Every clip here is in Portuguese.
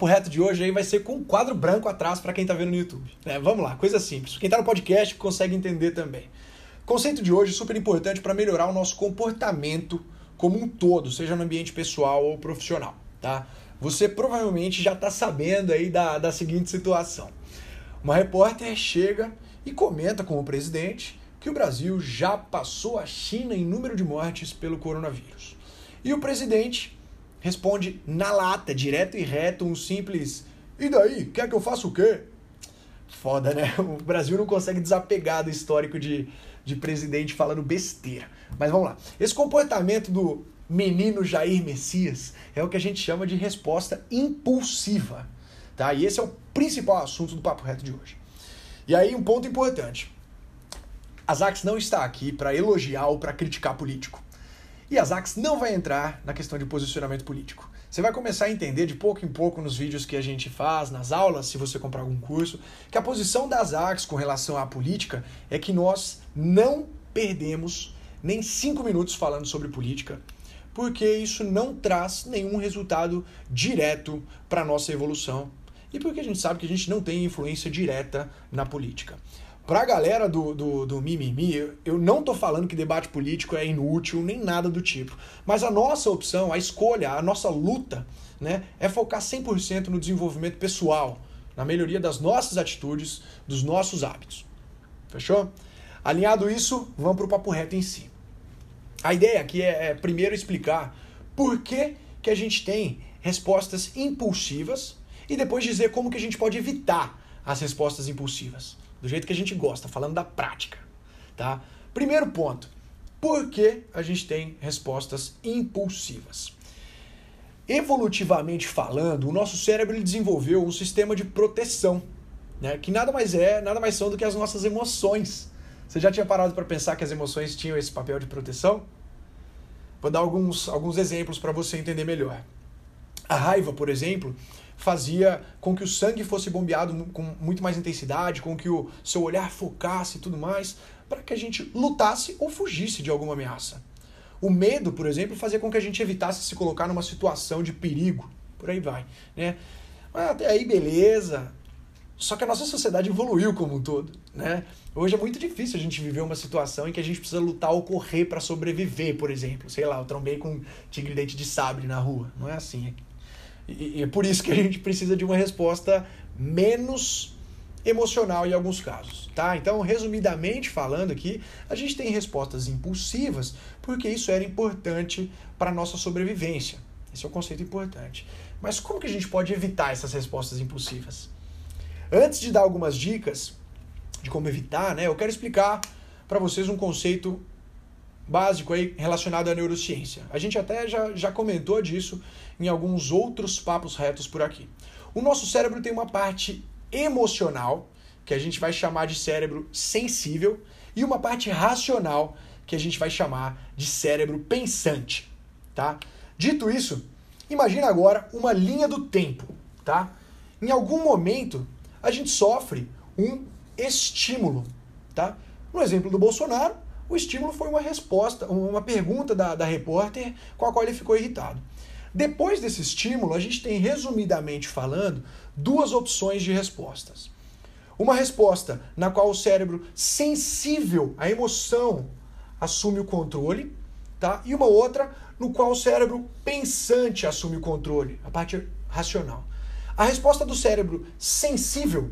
reto de hoje aí vai ser com um quadro branco atrás para quem tá vendo no YouTube. Vamos lá, coisa simples. Quem tá no podcast consegue entender também. O conceito de hoje é super importante para melhorar o nosso comportamento como um todo, seja no ambiente pessoal ou profissional, tá? Você provavelmente já tá sabendo aí da seguinte situação. Uma repórter chega e comenta com o presidente que o Brasil já passou a China em número de mortes pelo coronavírus. E o presidente responde na lata, direto e reto, um simples "e daí? Quer que eu faça o quê?" Foda, né? O Brasil não consegue desapegar do histórico de presidente falando besteira. Mas vamos lá. Esse comportamento do menino Jair Messias é o que a gente chama de resposta impulsiva. Tá? E esse é o principal assunto do Papo Reto de hoje. E aí, um ponto importante. A Zax não está aqui para elogiar ou para criticar político. E a Zax não vai entrar na questão de posicionamento político. Você vai começar a entender de pouco em pouco nos vídeos que a gente faz, nas aulas, se você comprar algum curso, que a posição da Zax com relação à política é que nós não perdemos nem 5 minutos falando sobre política, porque isso não traz nenhum resultado direto para a nossa evolução e porque a gente sabe que a gente não tem influência direta na política. Pra galera do mimimi, eu não tô falando que debate político é inútil, nem nada do tipo. Mas a nossa opção, a escolha, a nossa luta, né, é focar 100% no desenvolvimento pessoal, na melhoria das nossas atitudes, dos nossos hábitos. Fechou? Alinhado isso, vamos pro papo reto em si. A ideia aqui é primeiro explicar por que a gente tem respostas impulsivas e depois dizer como que a gente pode evitar as respostas impulsivas. Do jeito que a gente gosta, falando da prática, tá? Primeiro ponto, por que a gente tem respostas impulsivas? Evolutivamente falando, o nosso cérebro ele desenvolveu um sistema de proteção, né? Que nada mais são do que as nossas emoções. Você já tinha parado para pensar que as emoções tinham esse papel de proteção? Vou dar alguns exemplos para você entender melhor. A raiva, por exemplo, fazia com que o sangue fosse bombeado com muito mais intensidade, com que o seu olhar focasse e tudo mais, para que a gente lutasse ou fugisse de alguma ameaça. O medo, por exemplo, fazia com que a gente evitasse se colocar numa situação de perigo. Por aí vai, né? Até aí, beleza. Só que a nossa sociedade evoluiu como um todo, né? Hoje é muito difícil a gente viver uma situação em que a gente precisa lutar ou correr para sobreviver, por exemplo. Sei lá, eu trombei com um tigre dente de sabre na rua. Não é assim aqui. E é por isso que a gente precisa de uma resposta menos emocional em alguns casos, tá? Então, resumidamente falando aqui, a gente tem respostas impulsivas porque isso era importante para a nossa sobrevivência. Esse é um conceito importante. Mas como que a gente pode evitar essas respostas impulsivas? Antes de dar algumas dicas de como evitar, né, eu quero explicar para vocês um conceito básico aí relacionado à neurociência. A gente até já comentou disso em alguns outros papos retos por aqui. O nosso cérebro tem uma parte emocional, que a gente vai chamar de cérebro sensível, e uma parte racional, que a gente vai chamar de cérebro pensante, tá? Dito isso, imagina agora uma linha do tempo, tá? Em algum momento, a gente sofre um estímulo, tá? No exemplo do Bolsonaro, o estímulo foi uma resposta, uma pergunta da repórter com a qual ele ficou irritado. Depois desse estímulo, a gente tem, resumidamente falando, duas opções de respostas. Uma resposta na qual o cérebro sensível à emoção assume o controle, tá? E uma outra no qual o cérebro pensante assume o controle, a parte racional. A resposta do cérebro sensível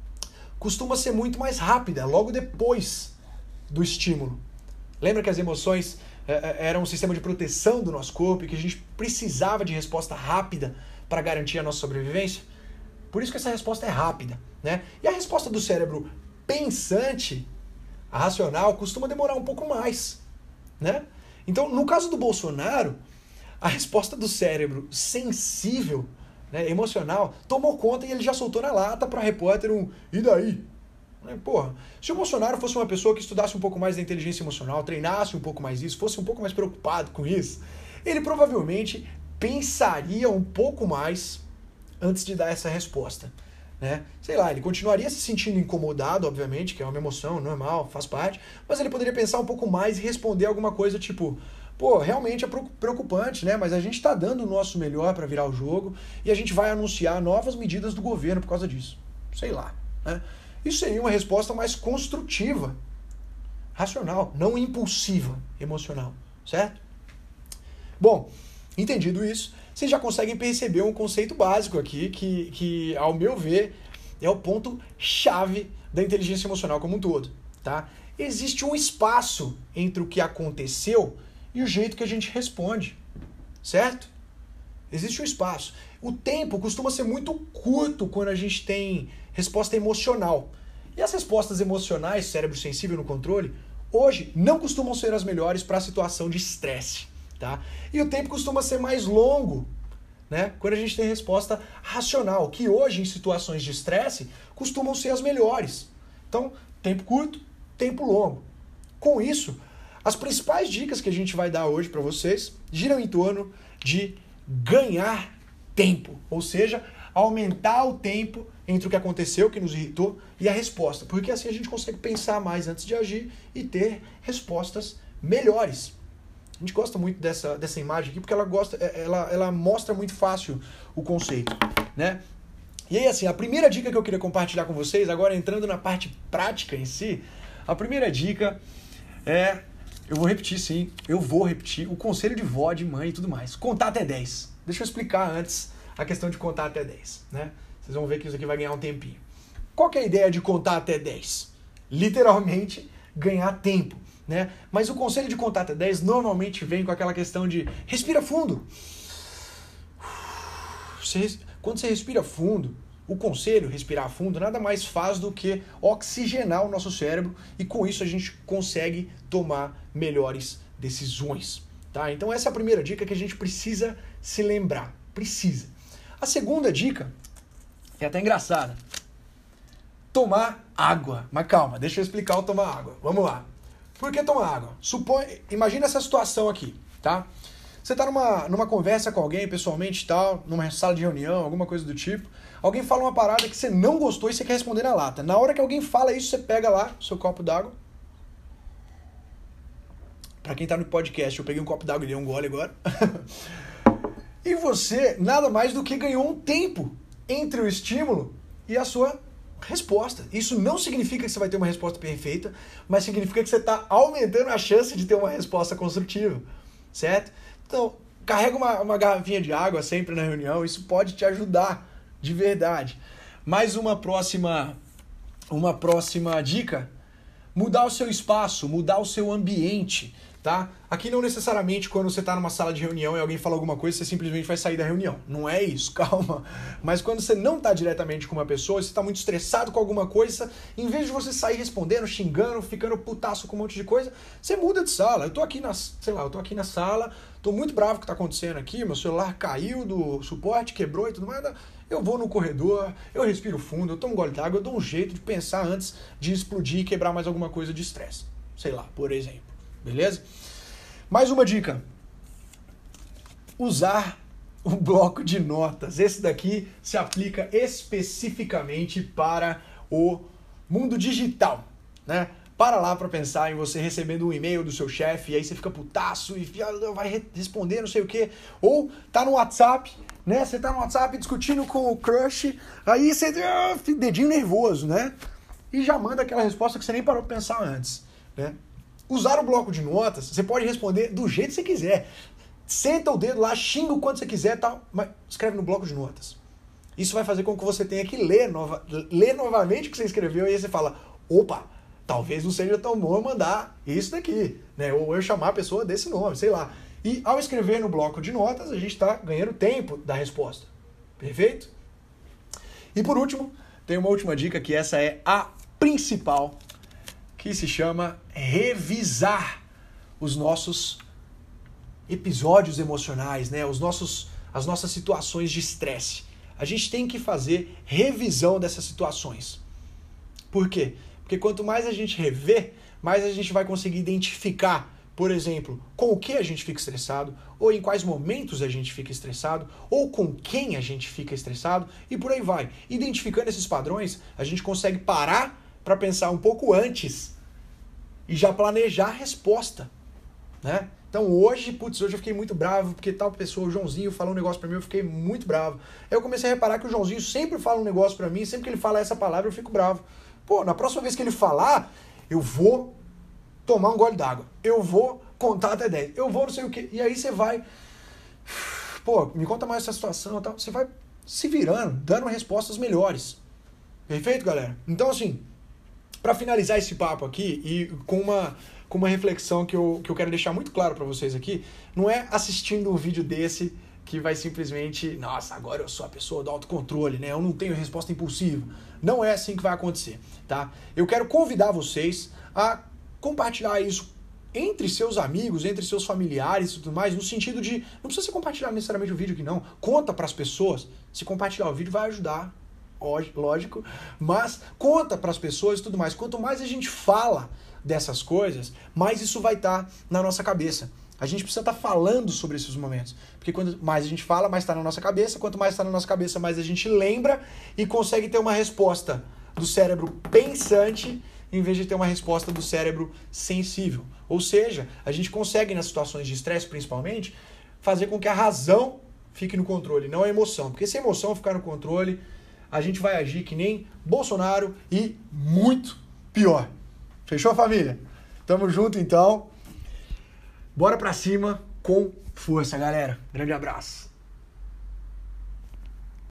costuma ser muito mais rápida, logo depois do estímulo. Lembra que as emoções eram um sistema de proteção do nosso corpo e que a gente precisava de resposta rápida para garantir a nossa sobrevivência? Por isso que essa resposta é rápida, né? E a resposta do cérebro pensante, a racional, costuma demorar um pouco mais, né? Então, no caso do Bolsonaro, a resposta do cérebro sensível, né, emocional, tomou conta e ele já soltou na lata para a repórter um "e daí?" Porra, se o Bolsonaro fosse uma pessoa que estudasse um pouco mais da inteligência emocional, treinasse um pouco mais isso, fosse um pouco mais preocupado com isso, ele provavelmente pensaria um pouco mais antes de dar essa resposta, né? Sei lá, ele continuaria se sentindo incomodado, obviamente, que é uma emoção normal, faz parte, mas ele poderia pensar um pouco mais e responder alguma coisa tipo: pô, realmente é preocupante, né? Mas a gente está dando o nosso melhor para virar o jogo e a gente vai anunciar novas medidas do governo por causa disso. Sei lá, né? Isso seria uma resposta mais construtiva, racional, não impulsiva, emocional, certo? Bom, entendido isso, vocês já conseguem perceber um conceito básico aqui que ao meu ver, é o ponto-chave da inteligência emocional como um todo, tá? Existe um espaço entre o que aconteceu e o jeito que a gente responde, certo? Existe um espaço. O tempo costuma ser muito curto quando a gente tem resposta emocional. E as respostas emocionais, cérebro sensível no controle, hoje não costumam ser as melhores para a situação de estresse, tá? E o tempo costuma ser mais longo, né? Quando a gente tem resposta racional, que hoje em situações de estresse costumam ser as melhores. Então, tempo curto, tempo longo. Com isso, as principais dicas que a gente vai dar hoje para vocês giram em torno de ganhar tempo, ou seja, aumentar o tempo entre o que aconteceu, que nos irritou, e a resposta, porque assim a gente consegue pensar mais antes de agir e ter respostas melhores. A gente gosta muito dessa imagem aqui porque ela mostra muito fácil o conceito, né? E aí, assim, a primeira dica que eu queria compartilhar com vocês, agora entrando na parte prática em si, a primeira dica é, eu vou repetir o conselho de vó, de mãe e tudo mais. Contar até 10. Deixa eu explicar antes a questão de contar até 10, né? Vocês vão ver que isso aqui vai ganhar um tempinho. Qual que é a ideia de contar até 10? Literalmente, ganhar tempo, né? Mas o conselho de contar até 10 normalmente vem com aquela questão de respira fundo. Quando você respira fundo, o conselho, respirar fundo, nada mais faz do que oxigenar o nosso cérebro e com isso a gente consegue tomar melhores decisões, tá? Então essa é a primeira dica que a gente precisa se lembrar. Precisa. A segunda dica é até engraçada. Tomar água. Mas calma, deixa eu explicar o tomar água. Vamos lá. Por que tomar água? Imagina essa situação aqui, tá? Você tá numa conversa com alguém, pessoalmente e tal, numa sala de reunião, alguma coisa do tipo. Alguém fala uma parada que você não gostou e você quer responder na lata. Na hora que alguém fala isso, você pega lá o seu copo d'água. Pra quem tá no podcast, eu peguei um copo d'água e dei um gole agora. E você, nada mais do que ganhou um tempo entre o estímulo e a sua resposta. Isso não significa que você vai ter uma resposta perfeita, mas significa que você está aumentando a chance de ter uma resposta construtiva, certo? Então, carrega uma garrafinha de água sempre na reunião, isso pode te ajudar de verdade. Mais uma próxima dica, mudar o seu espaço, mudar o seu ambiente, tá? Aqui não necessariamente quando você está numa sala de reunião e alguém fala alguma coisa, você simplesmente vai sair da reunião. Não é isso, calma. Mas quando você não está diretamente com uma pessoa, você está muito estressado com alguma coisa, em vez de você sair respondendo, xingando, ficando putaço com um monte de coisa, você muda de sala. Eu tô aqui na sala, tô muito bravo com o que está acontecendo aqui, meu celular caiu do suporte, quebrou e tudo mais. Eu vou no corredor, eu respiro fundo, eu tomo um gole d'água, eu dou um jeito de pensar antes de explodir e quebrar mais alguma coisa de estresse. Sei lá, por exemplo. Beleza? Mais uma dica. Usar o bloco de notas. Esse daqui se aplica especificamente para o mundo digital, né? Para lá para pensar em você recebendo um e-mail do seu chefe e aí você fica putaço e vai responder não sei o quê. Ou tá no WhatsApp, né? Você tá no WhatsApp discutindo com o crush, aí você dedinho nervoso, né? E já manda aquela resposta que você nem parou para pensar antes, né? Usar o bloco de notas, você pode responder do jeito que você quiser. Senta o dedo lá, xinga o quanto você quiser, tal, mas escreve no bloco de notas. Isso vai fazer com que você tenha que ler novamente o que você escreveu e aí você fala, opa, talvez não seja tão bom eu mandar isso daqui, né? Ou eu chamar a pessoa desse nome, sei lá. E ao escrever no bloco de notas, a gente está ganhando tempo da resposta. Perfeito? E por último, tem uma última dica que essa é a principal, que se chama revisar os nossos episódios emocionais, né? As nossas situações de estresse. A gente tem que fazer revisão dessas situações. Por quê? Porque quanto mais a gente rever, mais a gente vai conseguir identificar, por exemplo, com o que a gente fica estressado, ou em quais momentos a gente fica estressado, ou com quem a gente fica estressado, e por aí vai. Identificando esses padrões, a gente consegue parar para pensar um pouco antes e já planejar a resposta, né? Então, Então hoje eu fiquei muito bravo, porque tal pessoa, o Joãozinho, falou um negócio pra mim, eu fiquei muito bravo. Aí eu comecei a reparar que o Joãozinho sempre fala um negócio pra mim, sempre que ele fala essa palavra eu fico bravo. Pô, na próxima vez que ele falar, eu vou tomar um gole d'água. Eu vou contar até 10. Eu vou não sei o quê. E aí você vai... Pô, me conta mais essa situação e tal. Você vai se virando, dando respostas melhores. Perfeito, galera? Então, assim, pra finalizar esse papo aqui e com uma reflexão que eu quero deixar muito claro pra vocês aqui, não é assistindo um vídeo desse que vai simplesmente, nossa, agora eu sou a pessoa do autocontrole, né? Eu não tenho resposta impulsiva. Não é assim que vai acontecer, tá? Eu quero convidar vocês a compartilhar isso entre seus amigos, entre seus familiares e tudo mais, no sentido de, não precisa você compartilhar necessariamente o vídeo aqui não, conta pras pessoas, se compartilhar o vídeo vai ajudar, lógico, mas conta pras pessoas e tudo mais. Quanto mais a gente fala dessas coisas, mais isso vai estar na nossa cabeça. A gente precisa estar falando sobre esses momentos. Porque quanto mais a gente fala, mais está na nossa cabeça. Quanto mais está na nossa cabeça, mais a gente lembra e consegue ter uma resposta do cérebro pensante em vez de ter uma resposta do cérebro sensível. Ou seja, a gente consegue, nas situações de estresse principalmente, fazer com que a razão fique no controle, não a emoção. Porque se a emoção ficar no controle, a gente vai agir que nem Bolsonaro e muito pior. Fechou, família? Tamo junto, então. Bora pra cima com força, galera. Grande abraço.